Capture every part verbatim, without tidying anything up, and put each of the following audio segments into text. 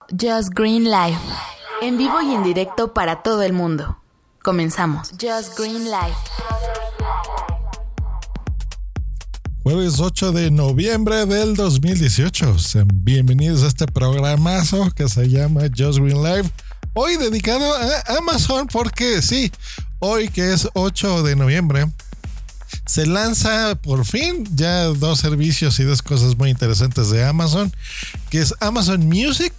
Just Green Live, en vivo y en directo para todo el mundo. Comenzamos. Just Green Live. Jueves ocho de noviembre del dos mil dieciocho. Sean bienvenidos a este programazo que se llama Just Green Live. Hoy dedicado a Amazon porque sí, hoy que es ocho de noviembre, se lanza por fin ya dos servicios y dos cosas muy interesantes de Amazon, que es Amazon Music.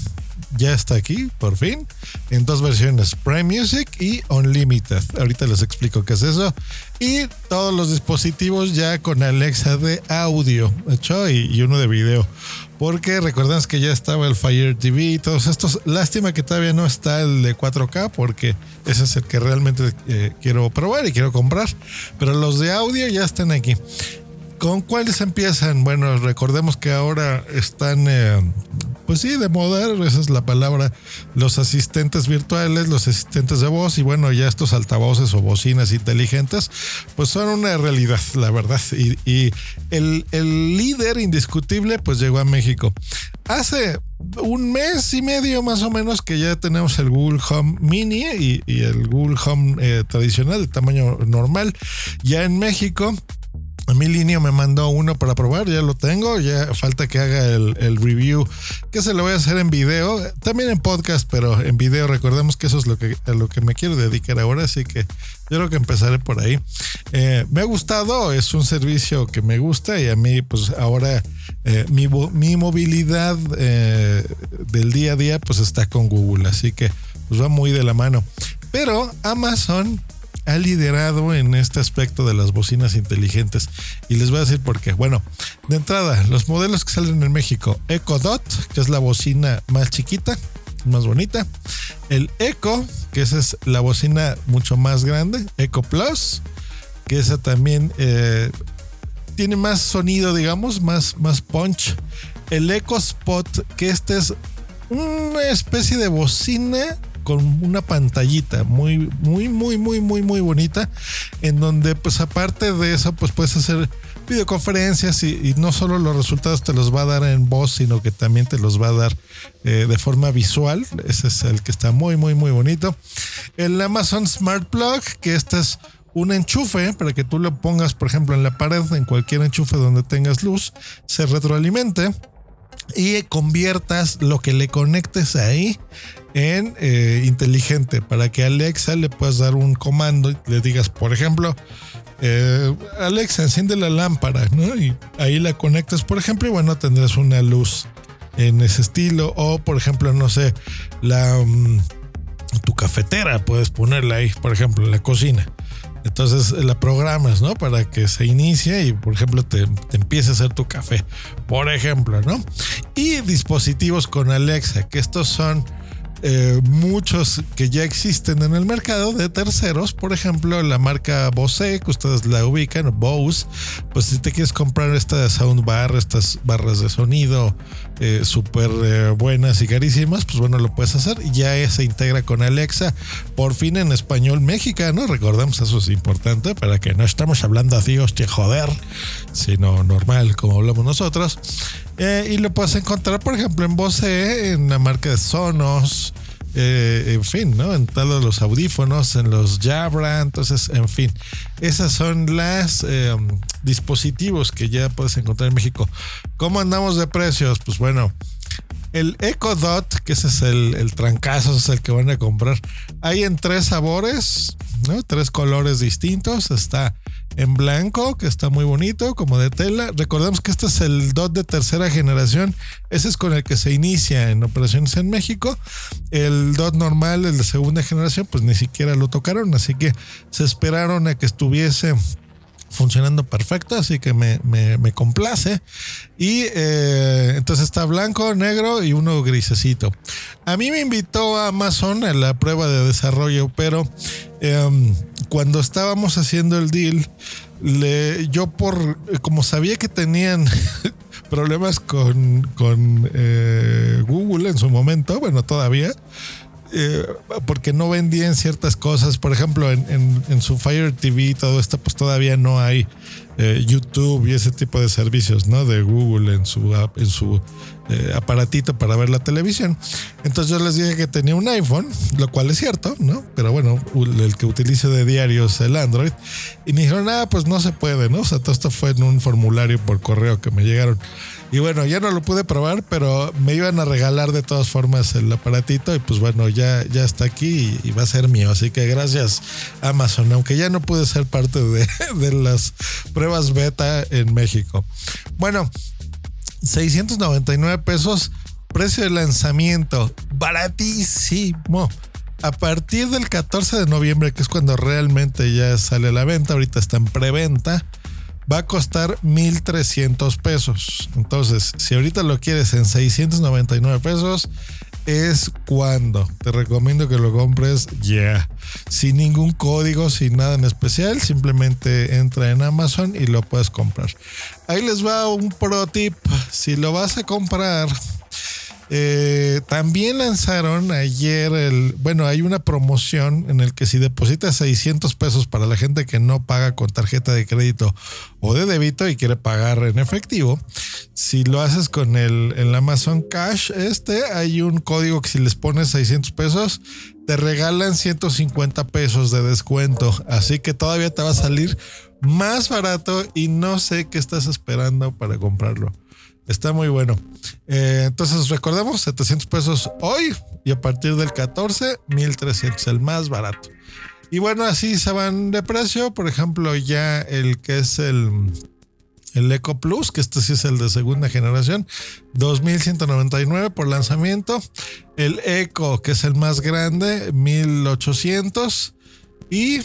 Ya está aquí, por fin, en dos versiones, Prime Music y Unlimited. Ahorita les explico qué es eso. Y todos los dispositivos ya con Alexa de audio, hecho, y, y uno de video. Porque recuerden que ya estaba el Fire T V y todos estos. Lástima que todavía no está el de cuatro K, porque ese es el que realmente eh, quiero probar y quiero comprar. Pero los de audio ya están aquí. ¿Con cuáles empiezan? Bueno, recordemos que ahora están, eh, pues sí, de moda, esa es la palabra, los asistentes virtuales, los asistentes de voz, y bueno, ya estos altavoces o bocinas inteligentes, pues son una realidad, la verdad. Y, y el, el líder indiscutible, pues llegó a México. Hace un mes y medio más o menos que ya tenemos el Google Home Mini y, y el Google Home eh, tradicional, de tamaño normal, ya en México. A mi línea me mandó uno para probar, ya lo tengo, ya falta que haga el, el review, que se lo voy a hacer en video, también en podcast, pero en video. Recordemos que eso es lo que, a lo que me quiero dedicar ahora, así que yo creo que empezaré por ahí. Eh, me ha gustado, es un servicio que me gusta y a mí pues ahora eh, mi, mi movilidad eh, del día a día pues está con Google, así que pues va muy de la mano. Pero Amazon ha liderado en este aspecto de las bocinas inteligentes y les voy a decir por qué. Bueno, de entrada, los modelos que salen en México: Echo Dot, que es la bocina más chiquita, más bonita; el Echo, que esa es la bocina mucho más grande; Echo Plus, que esa también eh, tiene más sonido, digamos, más, más punch; el Echo Spot, que esta es una especie de bocina con una pantallita muy, muy, muy, muy, muy, muy bonita, en donde pues aparte de eso pues puedes hacer videoconferencias y, y no solo los resultados te los va a dar en voz, sino que también te los va a dar eh, de forma visual. Ese es el que está muy, muy, muy bonito. El Amazon Smart Plug, que este es un enchufe para que tú lo pongas, por ejemplo, en la pared, en cualquier enchufe donde tengas luz, se retroalimente y conviertas lo que le conectes ahí en eh, inteligente, para que a Alexa le puedas dar un comando y le digas, por ejemplo, eh, Alexa, enciende la lámpara, ¿no? Y ahí la conectas, por ejemplo, y bueno, tendrás una luz en ese estilo. O por ejemplo, no sé, la um, tu cafetera puedes ponerla ahí, por ejemplo, en la cocina. Entonces la programas, ¿no? Para que se inicie y, por ejemplo, te, te empiece a hacer tu café, por ejemplo, ¿no? Y dispositivos con Alexa, que estos son eh, muchos que ya existen en el mercado de terceros. Por ejemplo, la marca Bose, que ustedes la ubican, Bose. Pues si te quieres comprar esta soundbar, estas barras de sonido eh, súper eh, buenas y carísimas, pues bueno, lo puedes hacer. Ya se integra con Alexa, por fin en español mexicano. Recordemos, eso es importante para que no estamos hablando así, hostia, joder, sino normal como hablamos nosotros. Eh, y lo puedes encontrar, por ejemplo, en Bose, en la marca de Sonos, eh, en fin, ¿no? En todos los audífonos, en los Jabra. Entonces, en fin, esas son las eh, dispositivos que ya puedes encontrar en México. ¿Cómo andamos de precios? Pues bueno, el Echo Dot, que ese es el, el trancazo, ese es el que van a comprar. Hay en tres sabores, ¿no? Tres colores distintos. Está en blanco, que está muy bonito, como de tela. Recordemos que este es el Dot de tercera generación. Ese es con el que se inicia en operaciones en México. El Dot normal, el de segunda generación, pues ni siquiera lo tocaron, así que se esperaron a que estuviese funcionando perfecto, así que me, me, me complace. Y eh, entonces está blanco, negro y uno grisecito. A mí me invitó a Amazon a la prueba de desarrollo, pero eh, cuando estábamos haciendo el deal, le, yo por como sabía que tenían problemas con, con eh, Google en su momento, bueno, todavía, eh, porque no vendían ciertas cosas. Por ejemplo, en, en, en su Fire T V y todo esto, pues todavía no hay eh, YouTube y ese tipo de servicios, ¿no? De Google en su, en su eh, aparatito para ver la televisión. Entonces yo les dije que tenía un iPhone, lo cual es cierto, ¿no? Pero bueno, el que utilizo de diario es el Android. Y me dijeron, ah, pues no se puede, ¿no? O sea, todo esto fue en un formulario por correo que me llegaron. Y bueno, ya no lo pude probar, pero me iban a regalar de todas formas el aparatito y pues bueno, ya, ya está aquí y, y va a ser mío. Así que gracias Amazon, aunque ya no pude ser parte de, de las pruebas beta en México. Bueno, seiscientos noventa y nueve pesos, precio de lanzamiento, baratísimo. A partir del catorce de noviembre, que es cuando realmente ya sale a la venta, ahorita está en preventa, va a costar mil trescientos pesos. Entonces, si ahorita lo quieres en seiscientos noventa y nueve pesos, es cuando te recomiendo que lo compres ya. Yeah. Sin ningún código, sin nada en especial. Simplemente entra en Amazon y lo puedes comprar. Ahí les va un pro tip. Si lo vas a comprar... Eh, también lanzaron ayer el, bueno, hay una promoción en el que si depositas seiscientos pesos para la gente que no paga con tarjeta de crédito o de débito y quiere pagar en efectivo, si lo haces con el, el Amazon Cash, este hay un código que si les pones seiscientos pesos te regalan ciento cincuenta pesos de descuento, así que todavía te va a salir más barato y no sé qué estás esperando para comprarlo. Está muy bueno. Eh, entonces recordemos, setecientos pesos hoy y a partir del catorce, mil trescientos, el más barato. Y bueno, así se van de precio. Por ejemplo, ya el que es el, el Eco Plus, que este sí es el de segunda generación, dos mil ciento noventa y nueve por lanzamiento. El Eco, que es el más grande, mil ochocientos. Y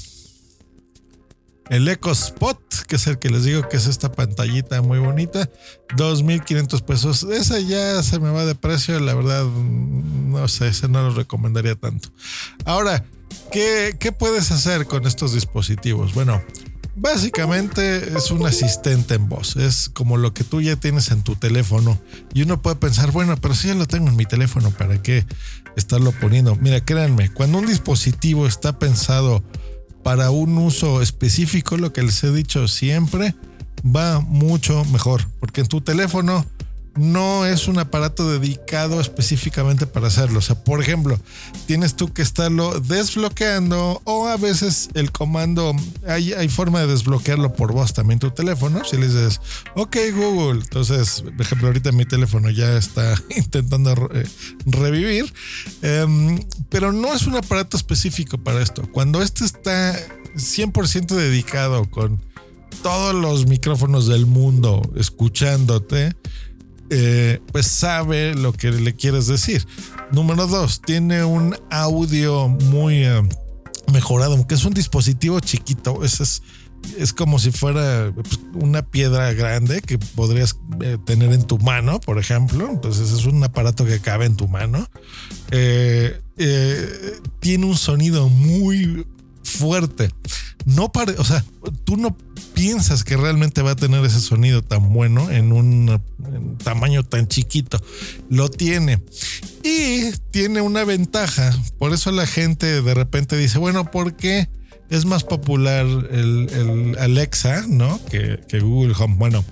el Eco Spot, que es el que les digo que es esta pantallita muy bonita, dos mil quinientos pesos. Ese ya se me va de precio, la verdad, no sé, ese no lo recomendaría tanto. Ahora, ¿qué, qué puedes hacer con estos dispositivos? Bueno, básicamente es un asistente en voz, es como lo que tú ya tienes en tu teléfono y uno puede pensar, bueno, pero si ya lo tengo en mi teléfono, ¿para qué estarlo poniendo? Mira, créanme, cuando un dispositivo está pensado para un uso específico, lo que les he dicho siempre, va mucho mejor, porque en tu teléfono no es un aparato dedicado específicamente para hacerlo. O sea, por ejemplo, tienes tú que estarlo desbloqueando o a veces el comando, hay, hay forma de desbloquearlo por voz también tu teléfono. Si le dices, ok Google, entonces, por ejemplo, ahorita mi teléfono ya está intentando re- revivir, um, pero no es un aparato específico para esto. Cuando este está cien por ciento dedicado con todos los micrófonos del mundo escuchándote, Eh, pues sabe lo que le quieres decir. Número dos, tiene un audio muy uh, mejorado, aunque es un dispositivo chiquito. Es, es, es como si fuera pues, una piedra grande que podrías eh, tener en tu mano, por ejemplo. Entonces es un aparato que cabe en tu mano. Eh, eh, tiene un sonido muy fuerte. No pare, o sea, tú no piensas que realmente va a tener ese sonido tan bueno en un en tamaño tan chiquito. Lo tiene. Y tiene una ventaja. Por eso la gente de repente dice, bueno, ¿por qué es más popular el, el Alexa, ¿no? Que, que Google Home. Bueno,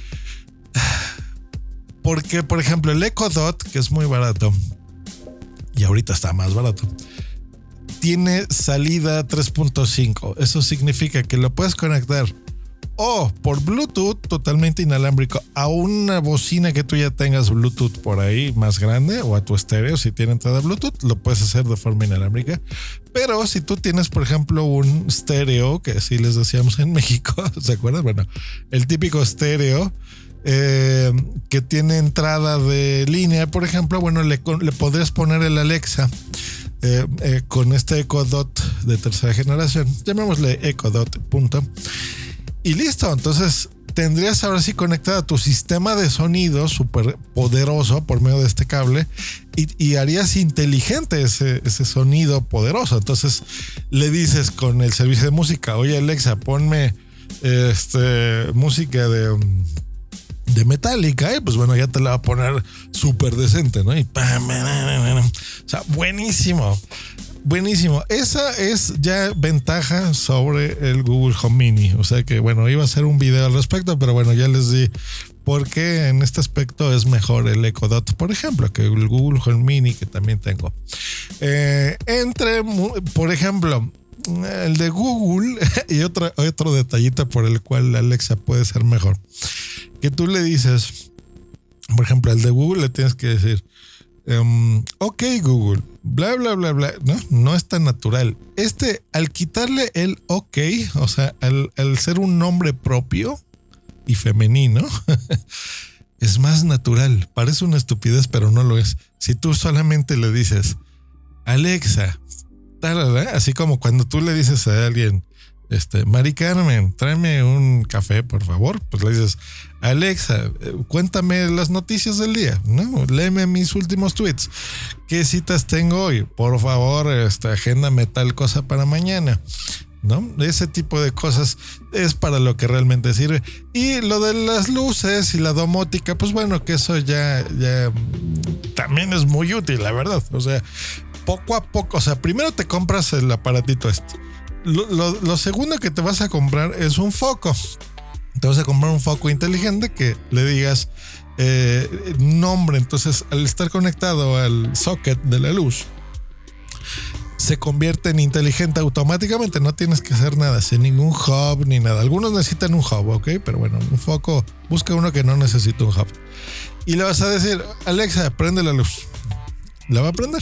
porque, por ejemplo, el Echo Dot, que es muy barato, y ahorita está más barato, tiene salida tres punto cinco. Eso significa que lo puedes conectar o por Bluetooth totalmente inalámbrico a una bocina que tú ya tengas Bluetooth por ahí más grande, o a tu estéreo si tiene entrada Bluetooth, lo puedes hacer de forma inalámbrica. Pero si tú tienes, por ejemplo, un estéreo, que así les decíamos en México, ¿se acuerdan? Bueno, el típico estéreo eh, que tiene entrada de línea, por ejemplo, bueno, le, le podrías poner el Alexa Eh, eh, con este Echo Dot de tercera generación, llamémosle Echo Dot, punto, y listo. Entonces tendrías ahora sí conectado a tu sistema de sonido súper poderoso por medio de este cable y, y harías inteligente ese, ese sonido poderoso. Entonces le dices con el servicio de música, oye Alexa, ponme este, música de de Metallica, y pues bueno, ya te la va a poner súper decente, ¿no? Y pam, o sea, buenísimo. Buenísimo. Esa es ya ventaja sobre el Google Home Mini. O sea que, bueno, iba a hacer un video al respecto, pero bueno, ya les di por qué en este aspecto es mejor el Echo Dot, por ejemplo, que el Google Home Mini, que también tengo. Eh, entre, por ejemplo, el de Google y otro, otro detallito por el cual Alexa puede ser mejor. Que tú le dices, por ejemplo, el de Google le tienes que decir, Um, ok Google, bla bla bla bla, no, no es tan natural. Este, al quitarle el ok, o sea, al, al ser un nombre propio y femenino, es más natural. Parece una estupidez, pero no lo es. Si tú solamente le dices Alexa, tarara, así como cuando tú le dices a alguien, este, Mari Carmen, tráeme un café, por favor, pues le dices, Alexa, cuéntame las noticias del día, ¿no? Léeme mis últimos tweets. ¿Qué citas tengo hoy? Por favor, este, agéndame tal cosa para mañana, ¿no? Ese tipo de cosas es para lo que realmente sirve. Y lo de las luces y la domótica, pues bueno, que eso ya, ya también es muy útil, la verdad. O sea, poco a poco, o sea, primero te compras el aparatito este. Lo, lo, lo segundo que te vas a comprar es un foco. Te vas a comprar un foco inteligente que le digas eh, nombre. Entonces, al estar conectado al socket de la luz, se convierte en inteligente automáticamente. No tienes que hacer nada, sin ningún hub ni nada. Algunos necesitan un hub, ¿ok? Pero bueno, un foco, busca uno que no necesita un hub. Y le vas a decir, Alexa, prende la luz. La va a prender.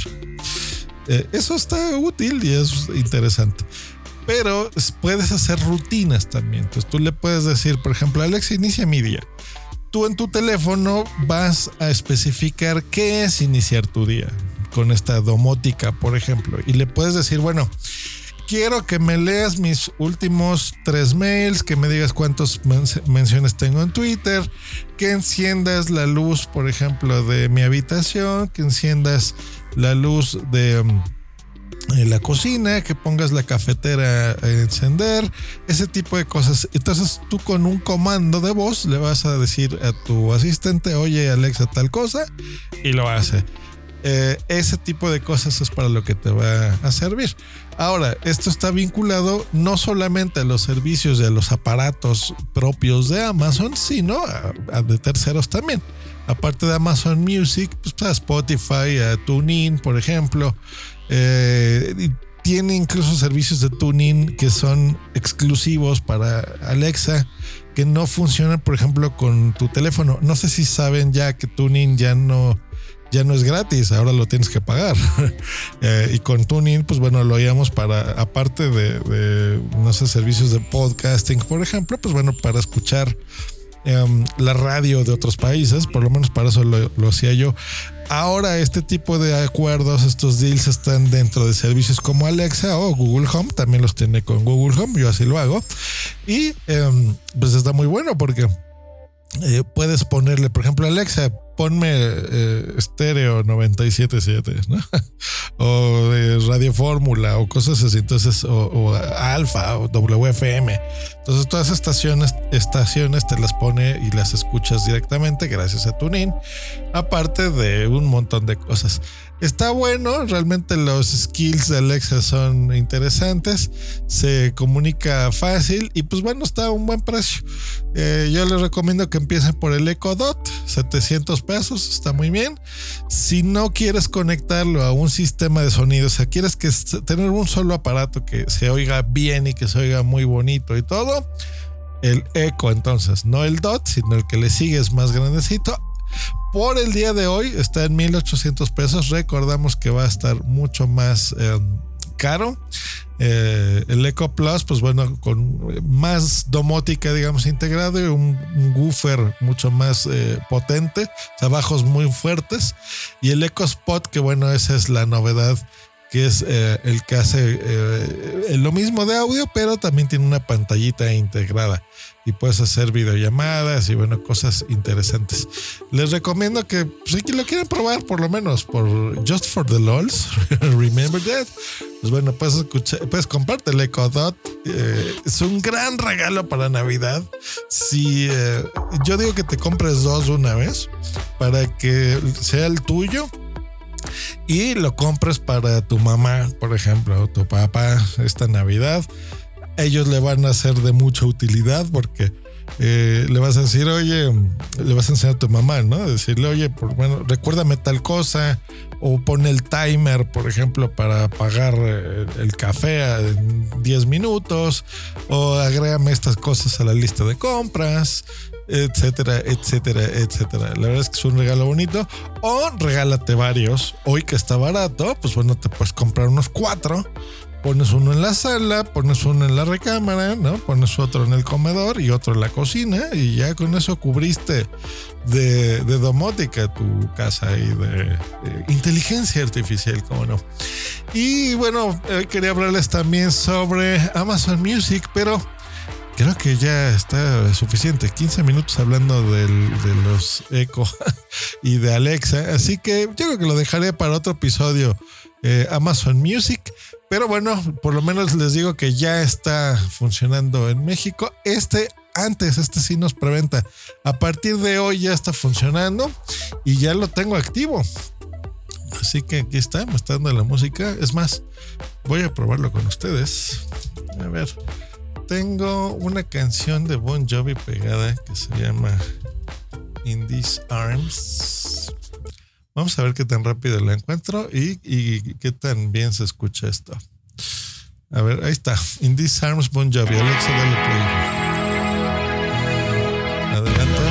Eh, eso está útil y es interesante. Pero puedes hacer rutinas también. Entonces tú le puedes decir, por ejemplo, Alexa, inicia mi día. Tú en tu teléfono vas a especificar qué es iniciar tu día con esta domótica, por ejemplo. Y le puedes decir, bueno, quiero que me leas mis últimos tres mails, que me digas cuántas men- menciones tengo en Twitter, que enciendas la luz, por ejemplo, de mi habitación, que enciendas la luz de... Um, en la cocina, que pongas la cafetera a encender, ese tipo de cosas. Entonces tú con un comando de voz le vas a decir a tu asistente, oye Alexa tal cosa, y lo hace. Eh, ese tipo de cosas es para lo que te va a servir. Ahora, esto está vinculado no solamente a los servicios y a los aparatos propios de Amazon, sino a, a de terceros también. Aparte de Amazon Music, pues a Spotify, a TuneIn, por ejemplo. Eh, tiene incluso servicios de tuning que son exclusivos para Alexa, que no funcionan, por ejemplo, con tu teléfono. No sé si saben ya que tuning ya no, ya no es gratis, ahora lo tienes que pagar. eh, y con tuning, pues bueno, lo oíamos para, aparte de, de, no sé, servicios de podcasting, por ejemplo, pues bueno, para escuchar Um, la radio de otros países, por lo menos para eso lo, lo hacía yo. Ahora este tipo de acuerdos, estos deals están dentro de servicios como Alexa o Google Home, también los tiene con Google Home, yo así lo hago. Y um, pues está muy bueno porque eh, puedes ponerle, por ejemplo, Alexa, ponme eh, estéreo noventa y siete punto siete, ¿no? O de Radio Fórmula o cosas así, entonces, o, o Alfa o W F M. Entonces todas esas estaciones, estaciones te las pone y las escuchas directamente gracias a TuneIn, aparte de un montón de cosas. Está bueno, realmente los skills de Alexa son interesantes, se comunica fácil y pues bueno, está a un buen precio. Eh, yo les recomiendo que empiecen por el Echo Dot, setecientos pesos, está muy bien. Si no quieres conectarlo a un sistema de sonido, o sea, quieres que tener un solo aparato que se oiga bien y que se oiga muy bonito y todo, el Echo, entonces, no el Dot, sino el que le sigue es más grandecito. Por el día de hoy está en mil ochocientos pesos. Recordamos que va a estar mucho más eh, caro. Eh, el Echo Plus, pues bueno, con más domótica, digamos, integrado y un, un woofer mucho más eh, potente, o sea, bajos muy fuertes. Y el Echo Spot, que bueno, esa es la novedad que es eh, el que hace eh, lo mismo de audio, pero también tiene una pantallita integrada y puedes hacer videollamadas y bueno, cosas interesantes. Les recomiendo que si pues, lo quieren probar por lo menos por Just for the Lols, remember that. Pues bueno, puedes escuchar, puedes comprarte el Echo Dot. Eh, es un gran regalo para Navidad. Si eh, yo digo que te compres dos una vez para que sea el tuyo. Y lo compres para tu mamá, por ejemplo, o tu papá esta Navidad. Ellos le van a ser de mucha utilidad porque eh, le vas a decir, oye, le vas a enseñar a tu mamá, ¿no? Decirle, oye, por, bueno, recuérdame tal cosa, o pon el timer, por ejemplo, para pagar el café en diez minutos, o agrégame estas cosas a la lista de compras, etcétera, etcétera, etcétera. La verdad es que es un regalo bonito. O regálate varios. Hoy que está barato, pues bueno, te puedes comprar unos cuatro. Pones uno en la sala, pones uno en la recámara, ¿no? Pones otro en el comedor y otro en la cocina y ya con eso cubriste de, de domótica tu casa y de, de inteligencia artificial, ¿cómo no? Y bueno, eh, quería hablarles también sobre Amazon Music, pero creo que ya está suficiente. quince minutos hablando del, de los Echo y de Alexa, así que yo creo que lo dejaré para otro episodio. Eh, Amazon Music. Pero bueno, por lo menos les digo que ya está funcionando en México. Este antes, este sí nos preventa. A partir de hoy ya está funcionando y ya lo tengo activo. Así que aquí está, me está dando la música. Es más, voy a probarlo con ustedes. A ver, tengo una canción de Bon Jovi pegada que se llama In These Arms. Vamos a ver qué tan rápido la encuentro y, y qué tan bien se escucha esto. A ver, ahí está. In These Arms, Bon Jovi. Alexa, dale play. Adelante.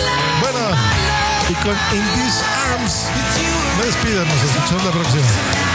Con In These Arms me despido, nos escuchamos la próxima.